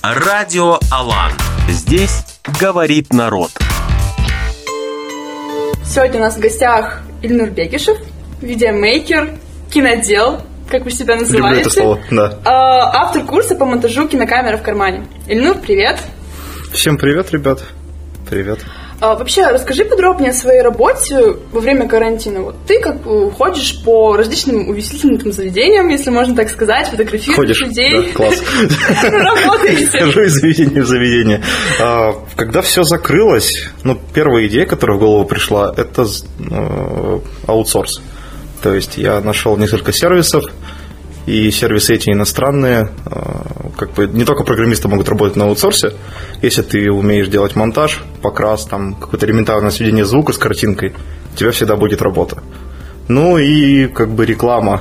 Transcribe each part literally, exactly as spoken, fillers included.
Радио Алан. Здесь говорит народ. Сегодня у нас в гостях Ильнур Бекишев, видеомейкер, кинодел, как вы себя называете. Люблю это слово, да. Автор курса по монтажу «Кинокамера в кармане». Ильнур, привет. Всем привет, ребят. Привет. А, вообще, расскажи подробнее о своей работе во время карантина. Вот ты как ходишь по различным увеселительным там заведениям, если можно так сказать, фотографируешь Ходишь, людей. Да, класс. Работаете. Хожу из заведения в заведение. Когда все закрылось, ну, первая идея, которая в голову пришла, это аутсорс. То есть я нашел несколько сервисов, и сервисы эти иностранные, как бы не только программисты могут работать на аутсорсе. Если ты умеешь делать монтаж, покрас, там какое-то элементарное сведение звука с картинкой, у тебя всегда будет работа. Ну и как бы реклама.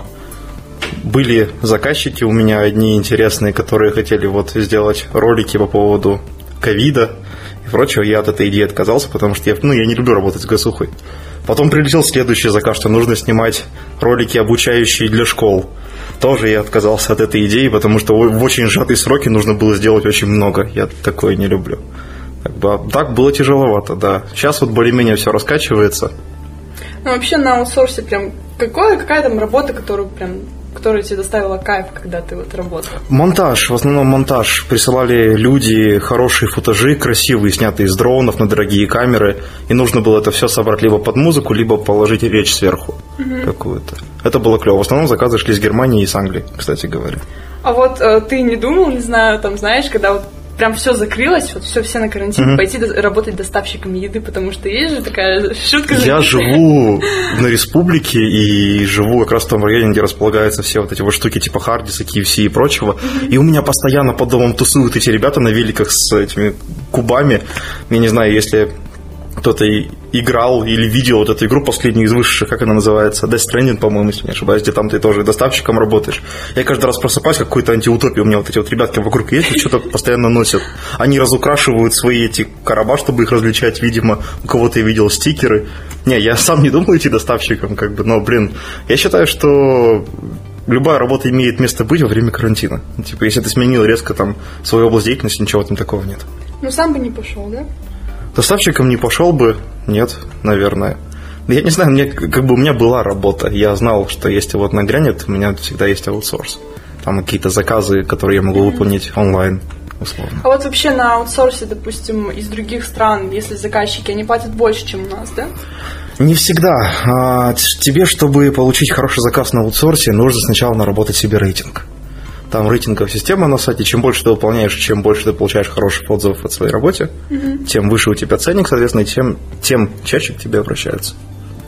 Были заказчики у меня одни интересные, которые хотели вот сделать ролики по поводу ковида и прочего. Я от этой идеи отказался, потому что я, ну, я не люблю работать с госухой. Потом прилетел следующий заказ, что нужно снимать ролики, обучающие для школ. Тоже я отказался от этой идеи, потому что в очень сжатые сроки нужно было сделать очень много. Я такое не люблю. Как бы, а так было тяжеловато, да. Сейчас вот более-менее все раскачивается. Ну, вообще на аутсорсе прям какое, какая там работа, которую прям, которая тебе доставила кайф, когда ты вот работал? Монтаж, в основном монтаж. Присылали люди хорошие футажи, красивые, снятые с дронов на дорогие камеры, и нужно было это все собрать либо под музыку, либо положить речь сверху угу. какую-то. Это было клево. В основном заказы шли из Германии и с Англии, кстати говоря. А вот э, ты не думал, не знаю, там, знаешь, когда вот прям все закрылось, вот все, все на карантин, mm-hmm. пойти до, работать доставщиком еды, потому что есть же такая шутка. Я живу на республике и живу как раз в том районе, где располагаются все вот эти вот штуки типа Хардиса, кей эф си и прочего. Mm-hmm. И у меня постоянно под домом тусуют эти ребята на великах с этими кубами. Я не знаю, если кто-то играл или видел вот эту игру последнюю из высших, как она называется, Death Stranding, по-моему, если не ошибаюсь, где там ты тоже доставщиком работаешь. Я каждый раз просыпаюсь, как какой-то антиутопия. У меня вот эти вот ребятки вокруг ездят, что-то постоянно носят. Они разукрашивают свои эти короба, чтобы их различать, видимо. У кого-то я видел стикеры. Не, я сам не думаю идти доставщиком, как бы, но, блин, я считаю, что любая работа имеет место быть во время карантина. Типа, если ты сменил резко там свою область деятельности, ничего там такого нет. Ну, сам бы не пошел, да? Доставщиком не пошел бы, нет, наверное. Я не знаю, мне, как бы у меня была работа. Я знал, что если вот нагрянет, у меня всегда есть аутсорс. Там какие-то заказы, которые я могу mm-hmm. выполнить онлайн, условно. А вот вообще на аутсорсе, допустим, из других стран, если заказчики, они платят больше, чем у нас, да? Не всегда. А, тебе, чтобы получить хороший заказ на аутсорсе, нужно сначала наработать себе рейтинг. Там рейтинговая система на сайте. Чем больше ты выполняешь, чем больше ты получаешь хороших отзывов от своей работы, угу. тем выше у тебя ценник, соответственно, и тем, тем чаще к тебе обращаются.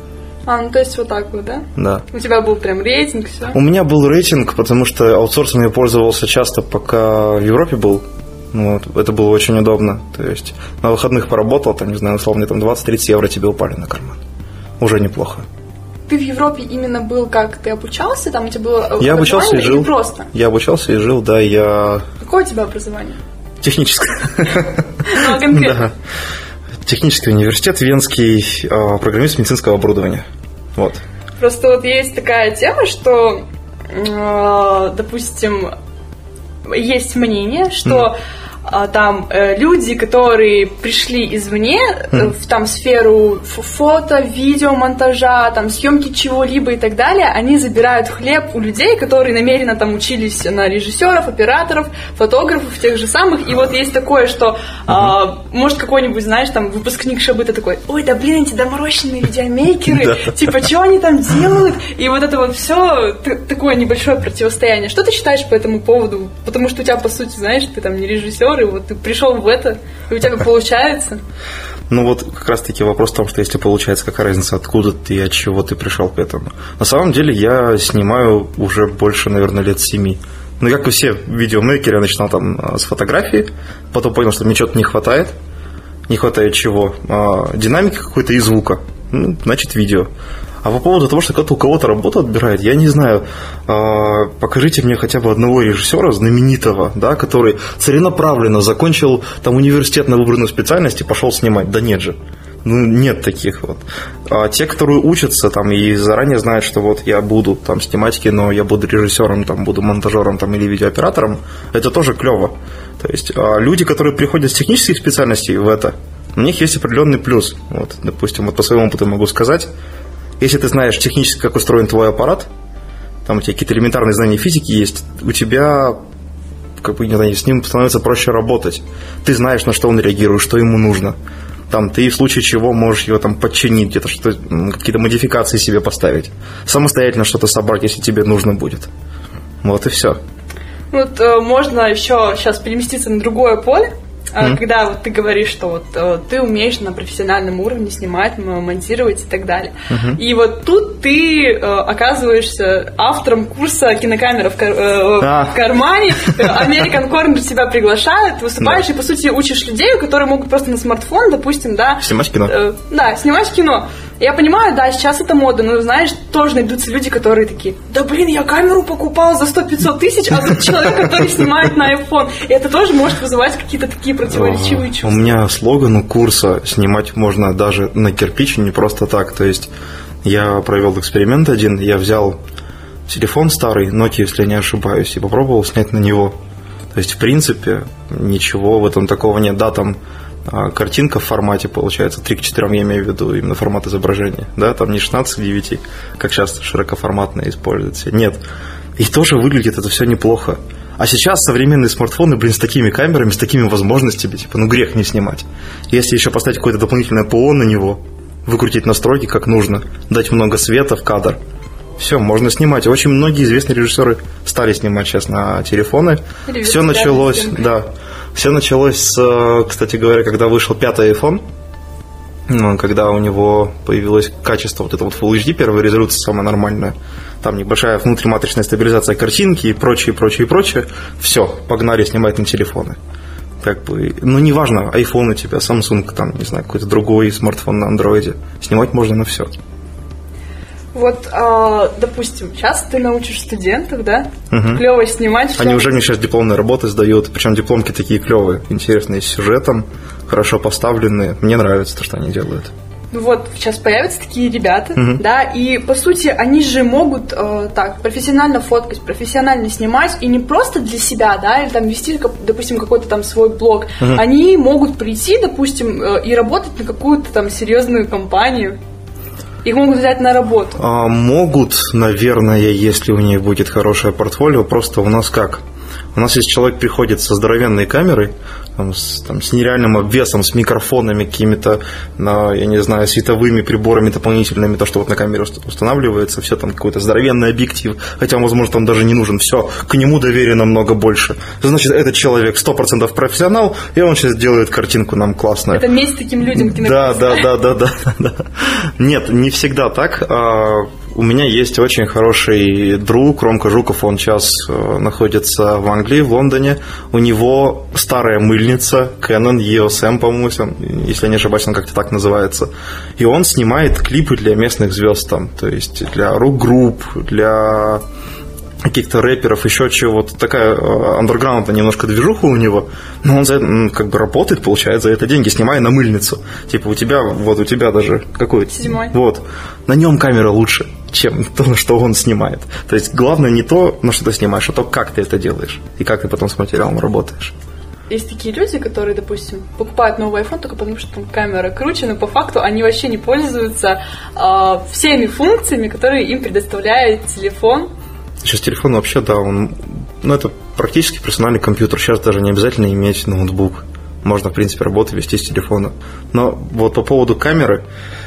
А, ну то есть вот так вот, да? Да. У тебя был прям рейтинг, все? У меня был рейтинг, потому что аутсорсом я пользовался часто, пока в Европе был. Вот, это было очень удобно. То есть на выходных поработал, там, не знаю, условно, там двадцать-тридцать евро тебе упали на карман. Уже неплохо. Ты в Европе именно был, как ты обучался? Там у тебя было я обучался и жил. Просто? Я обучался и жил, да, я... Какое у тебя образование? Техническое. Ну, конкретно? Технический университет, Венский, программист медицинского оборудования. Вот. Просто вот есть такая тема, что, допустим, есть мнение, что... там э, люди, которые пришли извне, mm. в там сферу фото, видео, монтажа, там съемки чего-либо и так далее, они забирают хлеб у людей, которые намеренно там учились на режиссеров, операторов, фотографов, тех же самых. И вот есть такое, что mm-hmm. э, может какой-нибудь, знаешь, там выпускник Шабыта такой: ой, да блин, эти доморощенные видеомейкеры, типа, что они там делают? И вот это вот все такое небольшое противостояние. Что ты считаешь по этому поводу? Потому что у тебя, по сути, знаешь, ты там не режиссер, и вот ты пришел в это, и у тебя получается. Ну вот как раз-таки вопрос в том, что если получается, какая разница, откуда ты и от чего ты пришел к этому. На самом деле я снимаю уже больше, наверное, лет семи. Ну, как и все видеомейкеры, я начинал там с фотографии, потом понял, что мне что-то не хватает. Не хватает чего? Динамики какой-то и звука. Ну, значит, видео. А по поводу того, что кто-то у кого-то работу отбирает, я не знаю. Покажите мне хотя бы одного режиссера знаменитого, да, который целенаправленно закончил там университет на выбранную специальность и пошел снимать. Да нет же. Ну, нет таких вот. А те, которые учатся там и заранее знают, что вот я буду там снимать кино, я буду режиссером, там, буду монтажером там, или видеооператором, это тоже клево. То есть а люди, которые приходят с технических специальностей в это, у них есть определенный плюс. Вот, допустим, вот по своему опыту могу сказать, если ты знаешь технически, как устроен твой аппарат, там у тебя какие-то элементарные знания физики есть, у тебя, как бы, не знаю, с ним становится проще работать. Ты знаешь, на что он реагирует, что ему нужно. Там, ты в случае чего можешь его там подчинить, где-то что, какие-то модификации себе поставить. Самостоятельно что-то собрать, если тебе нужно будет. Вот и все. Вот э, можно еще сейчас переместиться на другое поле. Mm-hmm. Когда вот ты говоришь, что вот э, ты умеешь на профессиональном уровне снимать, монтировать и так далее. Mm-hmm. И вот тут ты э, оказываешься автором курса кинокамера в, кар- э, ah. в кармане. American Corner тебя приглашают, выступаешь yeah. и, по сути, учишь людей, которые могут просто на смартфон, допустим, да... Снимать кино. Э, да, снимать кино. Я понимаю, да, сейчас это мода, но, знаешь, тоже найдутся люди, которые такие: да, блин, я камеру покупал за сто-пятьсот тысяч, а тут человек, который снимает на iPhone. И это тоже может вызывать какие-то такие противоречивые чувства. У меня слоган у курса: снимать можно даже на кирпич, не просто так. То есть я провел эксперимент один, я взял телефон старый, Nokia, если я не ошибаюсь, и попробовал снять на него. То есть, в принципе, ничего в этом такого нет. Да, там картинка в формате, получается, три к четырем, я имею в виду именно формат изображения, да, там не шестнадцать к девяти, как сейчас широкоформатно используется, нет, и тоже выглядит это все неплохо. А сейчас современные смартфоны, блин, с такими камерами, с такими возможностями, типа, ну грех не снимать. Если еще поставить какое-то дополнительное ПО на него, выкрутить настройки как нужно, дать много света в кадр, все, можно снимать. Очень многие известные режиссеры стали снимать сейчас на телефоны. Или все началось, да, все началось с, кстати говоря, когда вышел пятый iPhone, когда у него появилось качество вот это вот Full эйч ди, первая резолюция самая нормальная, там небольшая внутриматричная стабилизация картинки и прочее, прочее, прочее. Все, погнали снимать на телефоны. Как бы, ну, неважно, iPhone у тебя, Samsung, там, не знаю, какой-то другой смартфон на андроиде. Снимать можно на все. Вот, э, допустим, сейчас ты научишь студентов, да, угу. клево снимать. Они уже мне сейчас дипломные работы сдают, причем дипломки такие клевые, интересные, с сюжетом, хорошо поставленные. Мне нравится то, что они делают. Ну вот, сейчас появятся такие ребята, угу. да, и, по сути, они же могут э, так, профессионально фоткать, профессионально снимать, и не просто для себя, да, или там вести, допустим, какой-то там свой блог. Угу. Они могут прийти, допустим, э, и работать на какую-то там серьезную компанию. Их могут взять на работу? А, могут, наверное, если у них будет хорошее портфолио. Просто у нас как? У нас если человек приходит со здоровенной камерой, там, с, там, с нереальным обвесом, с микрофонами какими-то, на, я не знаю, световыми приборами дополнительными, то, что вот на камере устанавливается, все там какой-то здоровенный объектив, хотя, возможно, там даже не нужен, все, к нему доверия намного больше. Значит, этот человек сто процентов профессионал, и он сейчас делает картинку нам классную. Это месть таким людям. Да, да, да, да, да, да. Нет, не всегда так. У меня есть очень хороший друг, Ромка Жуков, он сейчас находится в Англии, в Лондоне. У него старая мыльница, Canon и о эс эм, по-моему, если я не ошибаюсь, он как-то так называется. И он снимает клипы для местных звезд там, то есть для рок-групп, для каких-то рэперов, еще чего-то. Такая андерграундная немножко движуха у него, но он за это, как бы работает, получает за это деньги, снимая на мыльницу. Типа у тебя, вот у тебя даже какой-то... Седьмой. Вот. На нем камера лучше, чем то, на что он снимает. То есть главное не то, на что ты снимаешь, а то, как ты это делаешь и как ты потом с материалом работаешь. Есть такие люди, которые, допустим, покупают новый iPhone только потому, что там камера круче, но по факту они вообще не пользуются э, всеми функциями, которые им предоставляет телефон. Сейчас телефон вообще, да, он, ну, это практически персональный компьютер. Сейчас даже не обязательно иметь ноутбук. Можно, в принципе, работу вести с телефона. Но вот по поводу камеры,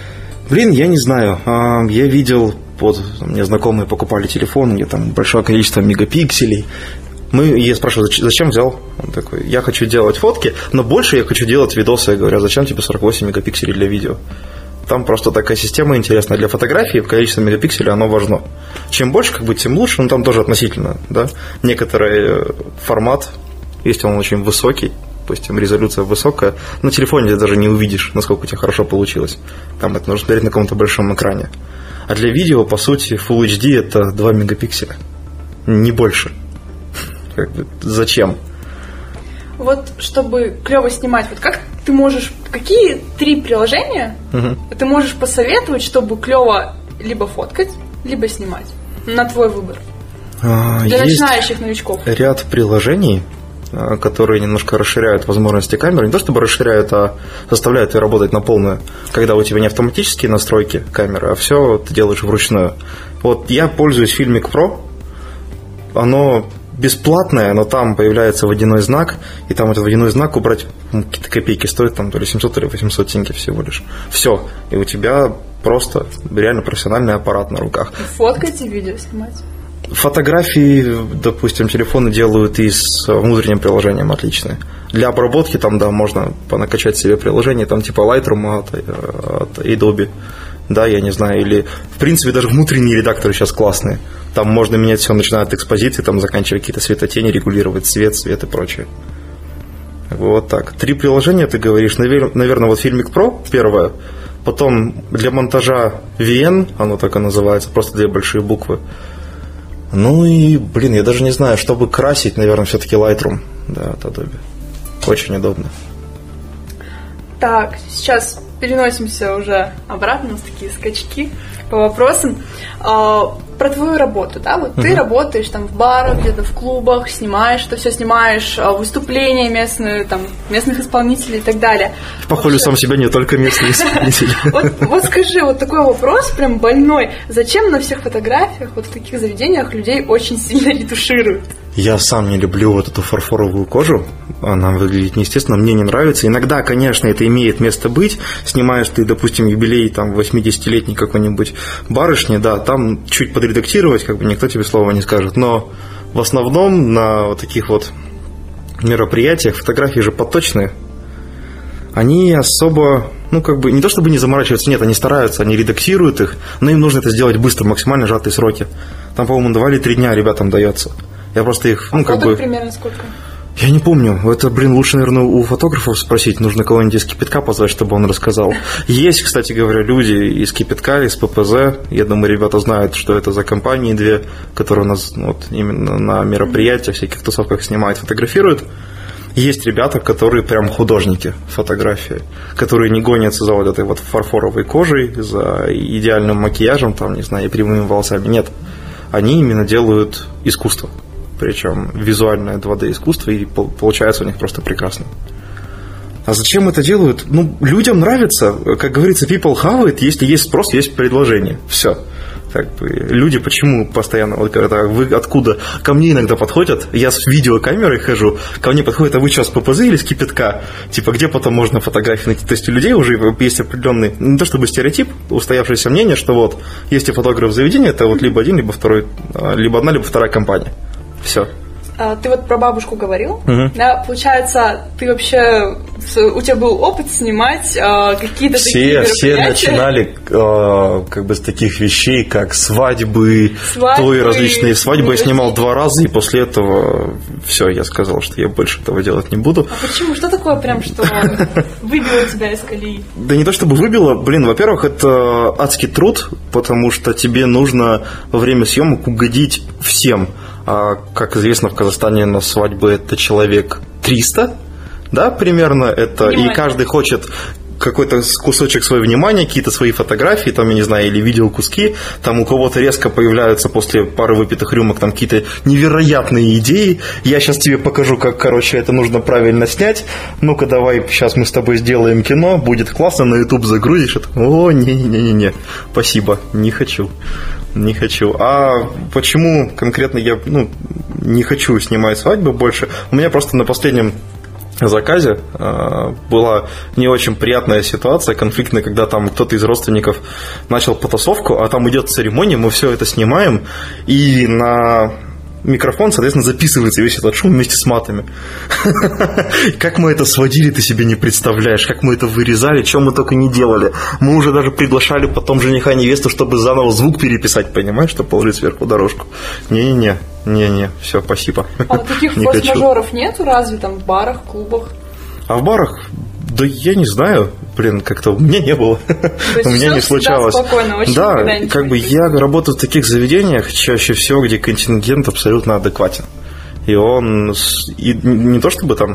блин, я не знаю. Я видел, вот, мне знакомые покупали телефон, где там большое количество мегапикселей. Мы, я спрашиваю, зачем взял? Он такой: я хочу делать фотки, но больше я хочу делать видосы. Я говорю: зачем тебе сорок восемь мегапикселей для видео? Там просто такая система интересная. Для фотографии количество мегапикселей, оно важно. Чем больше, как бы, тем лучше, но там тоже относительно, да. Некоторый формат, если он очень высокий, допустим, резолюция высокая, на телефоне ты даже не увидишь, насколько у тебя хорошо получилось. Там это нужно смотреть на каком-то большом экране. А для видео, по сути, Full эйч ди это два мегапикселя, не больше. Как бы, зачем? Вот чтобы клево снимать, вот как ты можешь, какие три приложения угу. ты можешь посоветовать, чтобы клево либо фоткать, либо снимать? На твой выбор. А, Для начинающих новичков. Ряд приложений, которые немножко расширяют возможности камеры. Не то чтобы расширяют, а заставляют ее работать на полную, когда у тебя не автоматические настройки камеры, а все ты делаешь вручную. Вот я пользуюсь Filmic Pro. Оно бесплатное, но там появляется водяной знак, и там этот водяной знак убрать ну, какие-то копейки стоит, там то ли семьсот, то ли восемьсот тенге всего лишь. Все. И у тебя просто реально профессиональный аппарат на руках. Фоткать и видео снимать. Фотографии, допустим, телефоны делают и с внутренним приложением отличные. Для обработки там, да, можно понакачать себе приложение, там типа Lightroom от, от Adobe, да, я не знаю, или, в принципе, даже внутренние редакторы сейчас классные. Там можно менять все, начиная от экспозиции, там, заканчивая какие-то светотени, регулировать цвет, свет и прочее. Вот так. Три приложения, ты говоришь, наверное, вот Filmic Pro первое, потом для монтажа ви эн, оно так и называется, просто две большие буквы. Ну и, блин, я даже не знаю, чтобы красить, наверное, все-таки Lightroom, да, от Adobe. Очень удобно. Так, сейчас переносимся уже обратно, у нас такие скачки по вопросам. А, про твою работу, да, вот uh-huh. ты работаешь там в барах, где-то в клубах, снимаешь, это все снимаешь, выступления местные, там, местных исполнителей и так далее. Похвалю сам себя, не только местные исполнители. Вот, вот скажи, вот такой вопрос прям больной. Зачем на всех фотографиях вот в таких заведениях людей очень сильно ретушируют? Я сам не люблю вот эту фарфоровую кожу. Она выглядит неестественно, мне не нравится. Иногда, конечно, это имеет место быть. Снимаешь ты, допустим, юбилей там восьмидесятилетней какой-нибудь барышни, да, там чуть подредактировать, как бы никто тебе слова не скажет. Но в основном на вот таких вот мероприятиях фотографии же подточные. Они особо, ну, как бы, не то чтобы не заморачиваются, нет, они стараются, они редактируют их, но им нужно это сделать быстро, максимально сжатые сроки. Там, по-моему, два или три дня ребятам дается. Я просто их, ну, а как бы... примерно сколько? Я не помню. Это, блин, лучше, наверное, у фотографов спросить. Нужно кого-нибудь из Кипятка позвать, чтобы он рассказал. Есть, кстати говоря, люди из Кипятка, из ППЗ. Я думаю, ребята знают, что это за компании две, которые у нас вот, именно на мероприятиях, всяких тусовках снимают, фотографируют. Есть ребята, которые прям художники фотографии, которые не гонятся за вот этой вот фарфоровой кожей, за идеальным макияжем, там, не знаю, и прямыми волосами. Нет. Они именно делают искусство. Причем визуальное два дэ искусство, и получается у них просто прекрасно. А зачем это делают? Ну, людям нравится, как говорится, people have it, если есть спрос, есть предложение. Все. Как бы, люди почему постоянно вот говорят, а вы откуда? Ко мне иногда подходят, я с видеокамерой хожу, ко мне подходят, а вы что, с ППЗ или с Кипятка? Типа, где потом можно фотографии найти? То есть у людей уже есть определенный, не то чтобы стереотип, устоявшееся мнение, что вот, если фотограф заведения, это вот либо один, либо второй, либо одна, либо вторая компания. Все. Ты вот про бабушку говорил, угу. да, получается, ты вообще, у тебя был опыт снимать э, какие-то все, такие мероприятия? Все начинали э, как бы с таких вещей, как свадьбы, свадьбы то и различные свадьбы. Я снимал два раза, и после этого все, я сказал, что я больше этого делать не буду. А почему? Что такое прям, что выбило тебя из колеи? Да не то чтобы выбило, блин, во-первых, это адский труд, потому что тебе нужно во время съемок угодить всем. А, как известно, в Казахстане на свадьбы это человек триста, да, примерно это, внимание. И каждый хочет какой-то кусочек своего внимания, какие-то свои фотографии, там, я не знаю, или видеокуски, там у кого-то резко появляются после пары выпитых рюмок там какие-то невероятные идеи, я сейчас тебе покажу, как, короче, это нужно правильно снять, ну-ка давай, сейчас мы с тобой сделаем кино, будет классно, на YouTube загрузишь, это, о, не-не-не-не, спасибо, не хочу. Не хочу. А почему конкретно я ну, не хочу снимать свадьбы больше? У меня просто на последнем заказе э, была не очень приятная ситуация, конфликтная, когда там кто-то из родственников начал потасовку, а там идет церемония, мы все это снимаем, и на микрофон, соответственно, записывается весь этот шум вместе с матами. Как мы это сводили, ты себе не представляешь. Как мы это вырезали, что мы только не делали. Мы уже даже приглашали потом жениха и невесту, чтобы заново звук переписать, понимаешь, чтобы положить сверху дорожку. Не-не-не, не-не, все, спасибо. А вот таких форс-мажоров нету разве там в барах, клубах? А в барах? Да я не знаю, блин, как-то у меня не было, у меня не случалось. Да, как бы я работаю в таких заведениях чаще всего, где контингент абсолютно адекватен. И он и не то чтобы там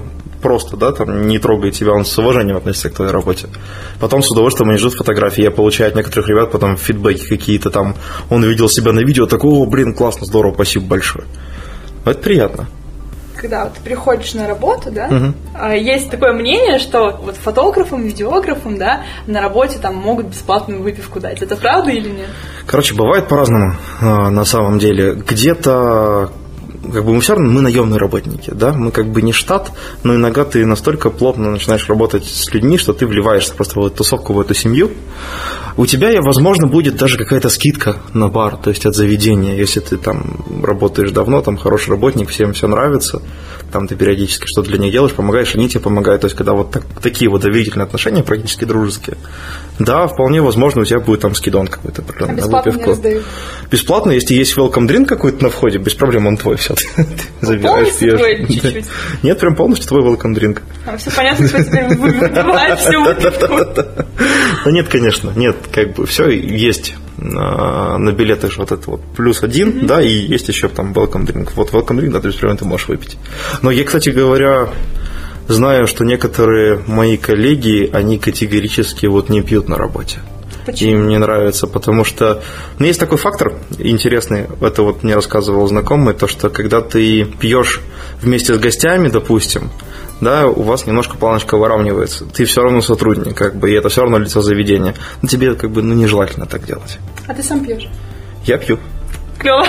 просто, да, там не трогает тебя, он с уважением относится к твоей работе. Потом с удовольствием они ждут фотографии, я получаю от некоторых ребят потом фидбэки какие-то там, он видел себя на видео, такой, о, блин, классно, здорово, спасибо большое. Это приятно. Когда вот ты приходишь на работу, да, угу. есть такое мнение, что вот фотографам, видеографам, да, на работе там могут бесплатную выпивку дать. Это правда или нет? Короче, бывает по-разному на самом деле. Где-то как бы мы все равно мы наемные работники, да, мы как бы не штат, но иногда ты настолько плотно начинаешь работать с людьми, что ты вливаешься просто в эту тусовку, в эту семью. У тебя, возможно, будет даже какая-то скидка на бар, то есть от заведения, если ты там работаешь давно, там хороший работник, всем все нравится, там ты периодически что-то для них делаешь, помогаешь, они тебе помогают, то есть когда вот так, такие вот доверительные отношения, практически дружеские, да, вполне возможно, у тебя будет там скидон какой-то а на выпивку. Бесплатно, если есть welcome drink какой-то на входе, без проблем он твой, все, ты забираешь, пьешь. Нет, прям полностью твой welcome drink. А, все понятно, что теперь выпивать всю выпивку. Да нет, конечно, нет, как бы все есть на, на билетах вот это вот плюс один, mm-hmm. да, и есть еще там welcome drink. Вот welcome drink, да, то есть прям ты можешь выпить. Но я, кстати говоря, знаю, что некоторые мои коллеги, они категорически вот не пьют на работе. Почему? Им не нравится, потому что ну, есть такой фактор интересный, это вот мне рассказывал знакомый, то, что когда ты пьешь вместе с гостями, допустим, да, у вас немножко планочка выравнивается. Ты все равно сотрудник, как бы, и это все равно лицо заведения. Но тебе как бы ну, нежелательно так делать. А ты сам пьешь? Я пью. Клево.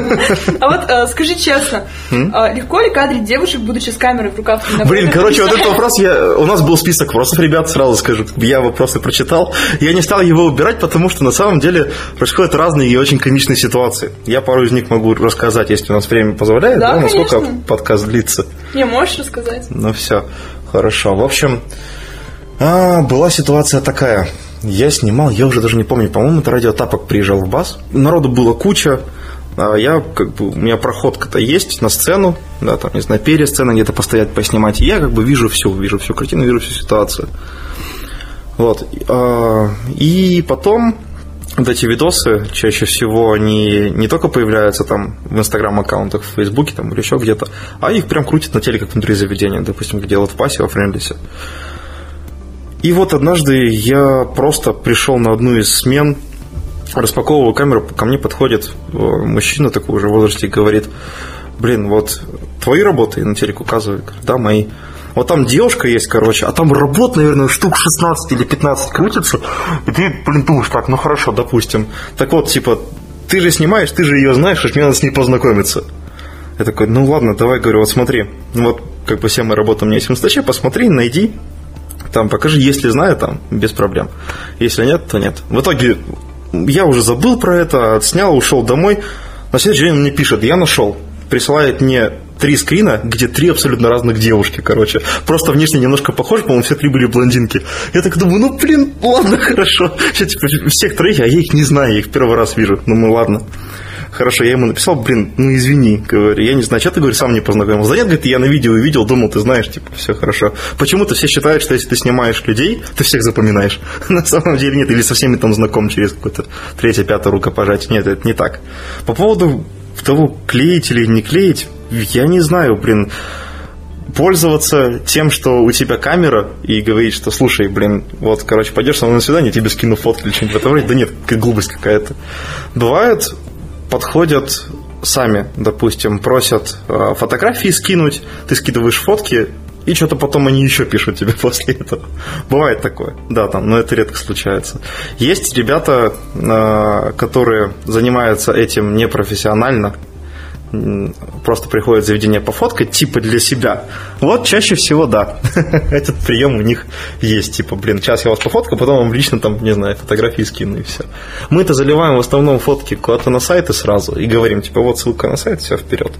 А вот э, скажи честно, э, легко ли кадрить девушек, будучи с камерой в руках? Блин, короче, вот этот вопрос, я, у нас был список вопросов, ребят, сразу скажу, я вопросы прочитал, я не стал его убирать, потому что на самом деле происходят разные и очень комичные ситуации. Я пару из них могу рассказать, если у нас время позволяет, да, да, насколько подкаст длится. Не, можешь рассказать. Ну все, хорошо. В общем, а, была ситуация такая. Я снимал, я уже даже не помню, по-моему, это Радио Тапок приезжал в бас. Народу было куча. А я, как бы, у меня проходка-то есть на сцену, да, там, не знаю, перед сценой где-то постоять, поснимать. И я как бы вижу всю, вижу всю картину, вижу всю ситуацию. Вот. И потом вот эти видосы чаще всего они не только появляются там в инстаграм-аккаунтах, в фейсбуке там, или еще где-то, а их прям крутят на теле, как внутри заведения, допустим, как делают в пасе, во френдлисе. И вот однажды я просто пришел на одну из смен, распаковываю камеру, ко мне подходит мужчина такой уже в возрасте и говорит: блин, вот твои работы, на телек указывает, да, мои. Вот там девушка есть, короче, а там работ, наверное, штук шестнадцать или пятнадцать крутится. И ты, блин, думаешь, так, ну хорошо, допустим. Так вот, типа, ты же снимаешь, ты же ее знаешь, мне надо с ней познакомиться. Я такой, ну ладно, давай, говорю, вот смотри, вот как бы вся моя работа у меня есть в инстаче, посмотри, найди, там, покажи, если знаю, там, без проблем. Если нет, то нет. В итоге я уже забыл про это, отснял, ушел домой. На следующий день он мне пишет, я нашел, присылает мне три скрина, где три абсолютно разных девушки, короче. Просто внешне немножко похожи, по-моему, все три были блондинки. Я так думаю, ну, блин, ладно, хорошо. Сейчас, типа, всех троих, а я их не знаю, я их первый раз вижу. Ну, ну, ладно. Хорошо, я ему написал, блин, ну, извини, говорю, я не знаю, что ты, говорю, сам не познакомился. Да нет, говорит, я на видео увидел, думал, ты знаешь, типа, все хорошо. Почему-то все считают, что если ты снимаешь людей, ты всех запоминаешь. На самом деле нет, или со всеми там знаком через какое-то третье, пятое рукопожатие. Нет, это не так. По поводу того, клеить или не клеить, я не знаю, блин, пользоваться тем, что у тебя камера, и говорить, что, слушай, блин, вот, короче, пойдешь со мной на свидание, тебе скину фотки или что-нибудь в этом роде. Да нет, глупость какая-то. Бывает, подходят сами, допустим, просят э, фотографии скинуть, ты скидываешь фотки, и что-то потом они еще пишут тебе после этого. Бывает такое, да, там, но это редко случается. Есть ребята, э, которые занимаются этим непрофессионально, просто приходят в заведение пофоткать, типа для себя. Вот чаще всего, да, этот прием у них есть. Типа, блин, сейчас я вас пофоткаю, потом вам лично там, не знаю, фотографии скину и все. Мы-то заливаем в основном фотки куда-то на сайты сразу и говорим, типа, вот ссылка на сайт, все, вперед.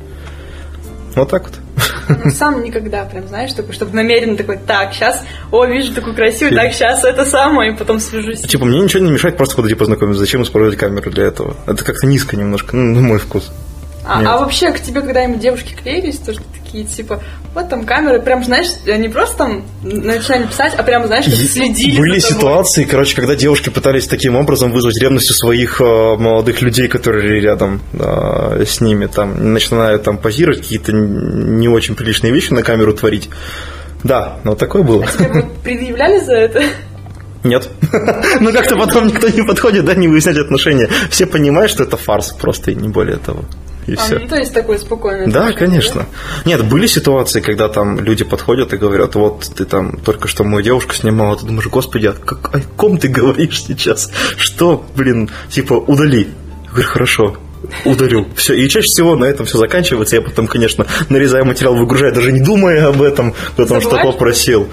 Вот так вот. Ну, сам никогда, прям, знаешь, такой, чтобы намеренно такой, так, сейчас, о, вижу такую красивую, так, сейчас это самое, и потом свяжусь. Типа, мне ничего не мешает просто подойти познакомиться. Зачем использовать камеру для этого? Это как-то низко немножко, ну, на мой вкус. А, а вообще к тебе когда-нибудь девушки клеились, то что такие, типа, вот там камеры, прям, знаешь, не просто там начинали писать, а прям, знаешь, как следили. Были ситуации, короче, когда девушки пытались таким образом вызвать ревность у своих э, молодых людей, которые рядом э, с ними, там, начинают там позировать, какие-то не очень приличные вещи на камеру творить. Да, ну такое было. А тебе предъявляли за это? Нет. Ну как-то потом никто не подходит, да, не выяснять отношения. Все понимают, что это фарс просто, и не более того. И а, все. Ну, то есть такой спокойный. Да, отношение, конечно. Да? Нет, были ситуации, когда там люди подходят и говорят, вот ты там только что мою девушку снимала, ты думаешь, господи, а как, о ком ты говоришь сейчас? Что, блин, типа, удали. Я говорю, хорошо, ударю. Все. И чаще всего на этом все заканчивается. Я потом, конечно, нарезаю материал, выгружаю, даже не думая об этом, потому что попросил.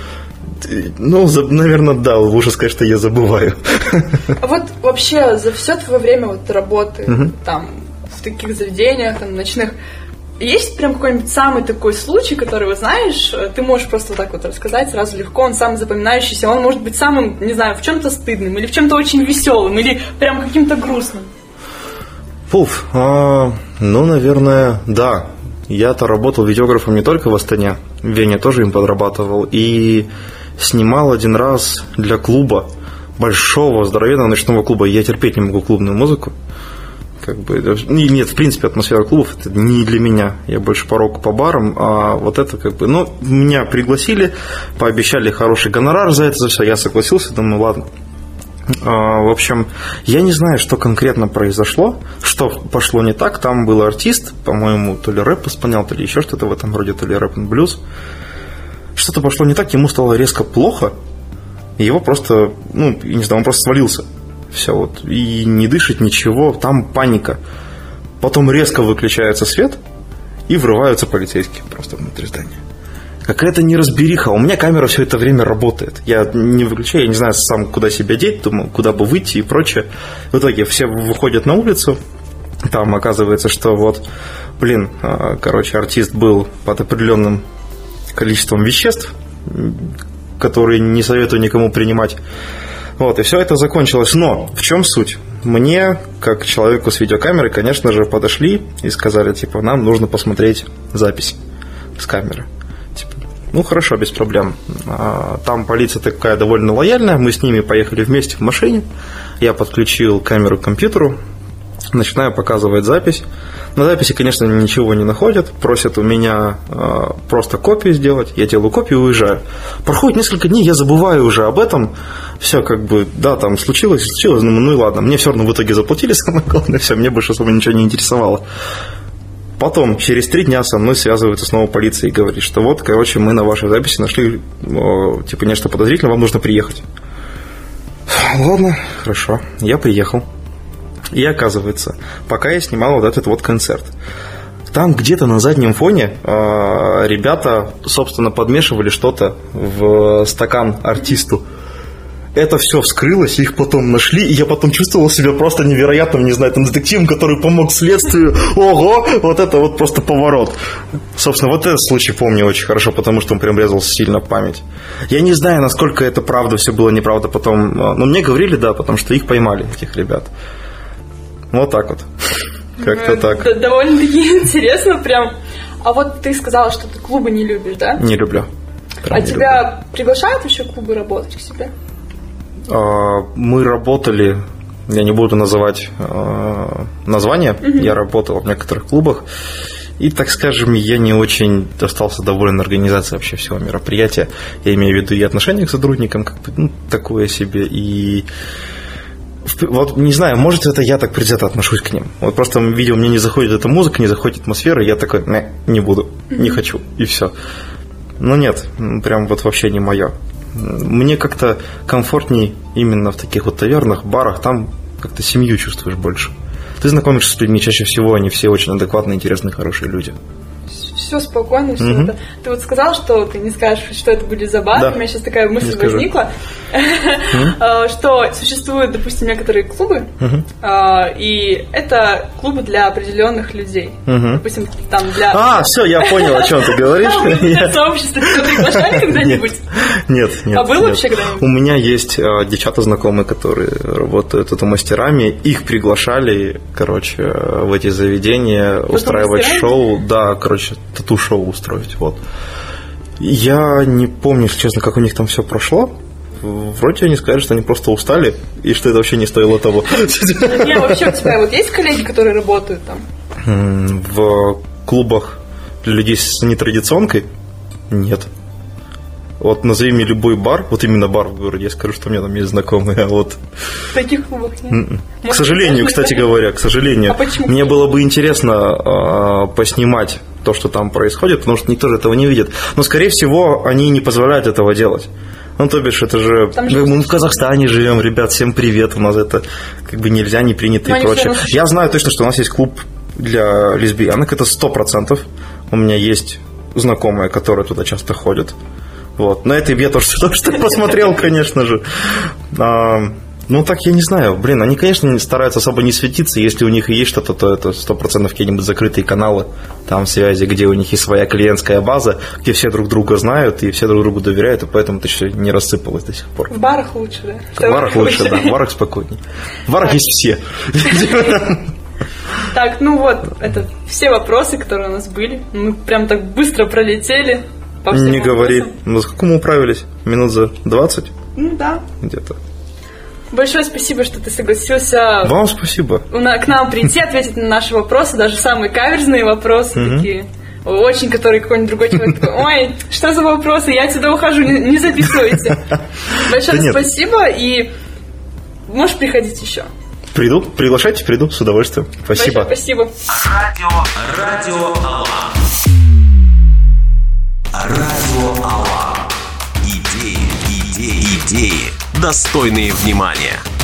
Ну, наверное, да, лучше сказать, что я забываю. А вот вообще за все твое время вот работы угу. там в таких заведениях, там, ночных, есть прям какой-нибудь самый такой случай, который, вот знаешь, ты можешь просто вот так вот рассказать сразу легко, он самый запоминающийся, он может быть самым, не знаю, в чем-то стыдным, или в чем-то очень веселым, или прям каким-то грустным? Пуф, а, ну, наверное, да. Я-то работал видеографом не только в Астане, в Вене тоже им подрабатывал, и снимал один раз для клуба, большого, здоровенного ночного клуба. Я терпеть не могу клубную музыку. Как бы, нет, в принципе, атмосфера клубов это не для меня. Я больше по року, по барам, а вот это как бы... Ну, меня пригласили, пообещали хороший гонорар за это, за все. Я согласился, думаю, ладно. А, в общем, я не знаю, что конкретно произошло, что пошло не так. Там был артист, по-моему, то ли рэп исполнял, то ли еще что-то в этом роде, то ли рэп и блюз. Что-то пошло не так, ему стало резко плохо, и его просто, ну, не знаю, он просто свалился. Все вот, и не дышит, ничего, там паника. Потом резко выключается свет, и врываются полицейские просто внутрь здания. Какая-то неразбериха. У меня камера все это время работает. Я не выключаю, я не знаю сам, куда себя деть, думаю, куда бы выйти и прочее. В итоге все выходят на улицу, там оказывается, что вот, блин, короче, артист был под определенным количеством веществ, которые не советую никому принимать. Вот, и все это закончилось. Но в чем суть? Мне, как человеку с видеокамерой, конечно же, подошли и сказали, типа, нам нужно посмотреть запись с камеры. Типа, ну, хорошо, без проблем. Там полиция такая довольно лояльная, мы с ними поехали вместе в машине, я подключил камеру к компьютеру, начинаю показывать запись. На записи, конечно, ничего не находят, просят у меня э, просто копию сделать, я делаю копию и уезжаю. Проходит несколько дней, я забываю уже об этом, все как бы, да, там случилось, случилось, ну, ну и ладно, мне все равно в итоге заплатили, самое главное, все, мне больше особо ничего не интересовало. Потом, через три дня со мной связывается снова полиция и говорит, что вот, короче, мы на вашей записи нашли, э, типа, нечто подозрительное, вам нужно приехать. Ладно, хорошо, я приехал. И оказывается, пока я снимал вот этот вот концерт, там где-то на заднем фоне э, ребята, собственно, подмешивали что-то в стакан артисту. Это все вскрылось, их потом нашли, и я потом чувствовал себя просто невероятным, не знаю, там, детективом, который помог следствию. Ого, вот это вот просто поворот. Собственно, вот этот случай помню очень хорошо, потому что он прям резался сильно в память. Я не знаю, насколько это правда, все было неправда потом. Но мне говорили, да, потому что их поймали, этих ребят. Вот так вот. Как-то ну, так. Д- довольно-таки интересно прям. А вот ты сказала, что ты клубы не любишь, да? Не люблю. Прям а не тебя люблю. Приглашают еще в клубы работать к себе? А, мы работали, я не буду называть а, название, угу. Я работал в некоторых клубах. И, так скажем, я не очень остался доволен организацией вообще всего мероприятия. Я имею в виду и отношение к сотрудникам, как бы, ну, такое себе, и... Вот, не знаю, может, это я так предвзято отношусь к ним. Вот просто, видео, мне не заходит эта музыка, не заходит атмосфера, и я такой, не, не буду, не хочу, и все. Но нет, прям вот вообще не мое. Мне как-то комфортней именно в таких вот тавернах, барах, там как-то семью чувствуешь больше. Ты знакомишься с людьми, чаще всего они все очень адекватные, интересные, хорошие люди. Все спокойно, все угу. это. Ты вот сказал, что ты не скажешь, что это будет за бар. Да. У меня сейчас такая мысль возникла, угу. что существуют, допустим, некоторые клубы, угу. и это клубы для определенных людей. Угу. Допустим, там для... А, все, я понял, о чем ты говоришь. Для сообщества тебя приглашали когда-нибудь? Нет, нет. А был вообще когда-нибудь? У меня есть девчата знакомые, которые работают это мастерами, их приглашали, короче, в эти заведения устраивать шоу. Да, короче, тату-шоу устроить, вот. Я не помню, если честно, как у них там все прошло. Вроде они сказали, что они просто устали, и что это вообще не стоило того. Не, вообще у тебя вот есть коллеги, которые работают там? В клубах для людей с нетрадиционкой? Нет. Вот назови мне любой бар, вот именно бар в городе, я скажу, что у меня там есть знакомые, а вот... В таких клубах нет? К сожалению, кстати говоря, к сожалению. А почему? Мне было бы интересно э, поснимать то, что там происходит, потому что никто же этого не видит. Но, скорее всего, они не позволяют этого делать. Ну, то бишь, это же... же Мы в Казахстане живем, ребят, всем привет, у нас это как бы нельзя, не принято и прочее. Я знаю точно, что у нас есть клуб для лесбиянок, это сто процентов. У меня есть знакомые, которые туда часто ходят. Вот. На это я тоже что посмотрел, конечно же. А, ну, так я не знаю. Блин, они, конечно, стараются особо не светиться. Если у них и есть что-то, то это сто процентов какие-нибудь закрытые каналы, там связи, где у них есть своя клиентская база, где все друг друга знают и все друг другу доверяют, и поэтому это еще не рассыпалось до сих пор. В барах лучше, да? В барах лучше, да. В барах спокойнее. В барах есть все. Так, ну вот, это все вопросы, которые у нас были. Мы прям так быстро пролетели. Не говори. Ну, сколько мы управились? Минут за двадцать? Ну да. Где-то. Большое спасибо, что ты согласился. Вам спасибо. К нам прийти, ответить на наши вопросы, даже самые каверзные вопросы Мгм. такие. Очень, которые какой-нибудь другой человек такой: ой, что за вопросы, я отсюда ухожу, не, не записывайте. Большое Да нет. спасибо, и можешь приходить еще. Приду, приглашайте, приду с удовольствием. Спасибо. Большое спасибо. Радио, радио Алан. Радио Алан. Идеи, идеи, идеи, достойные внимания.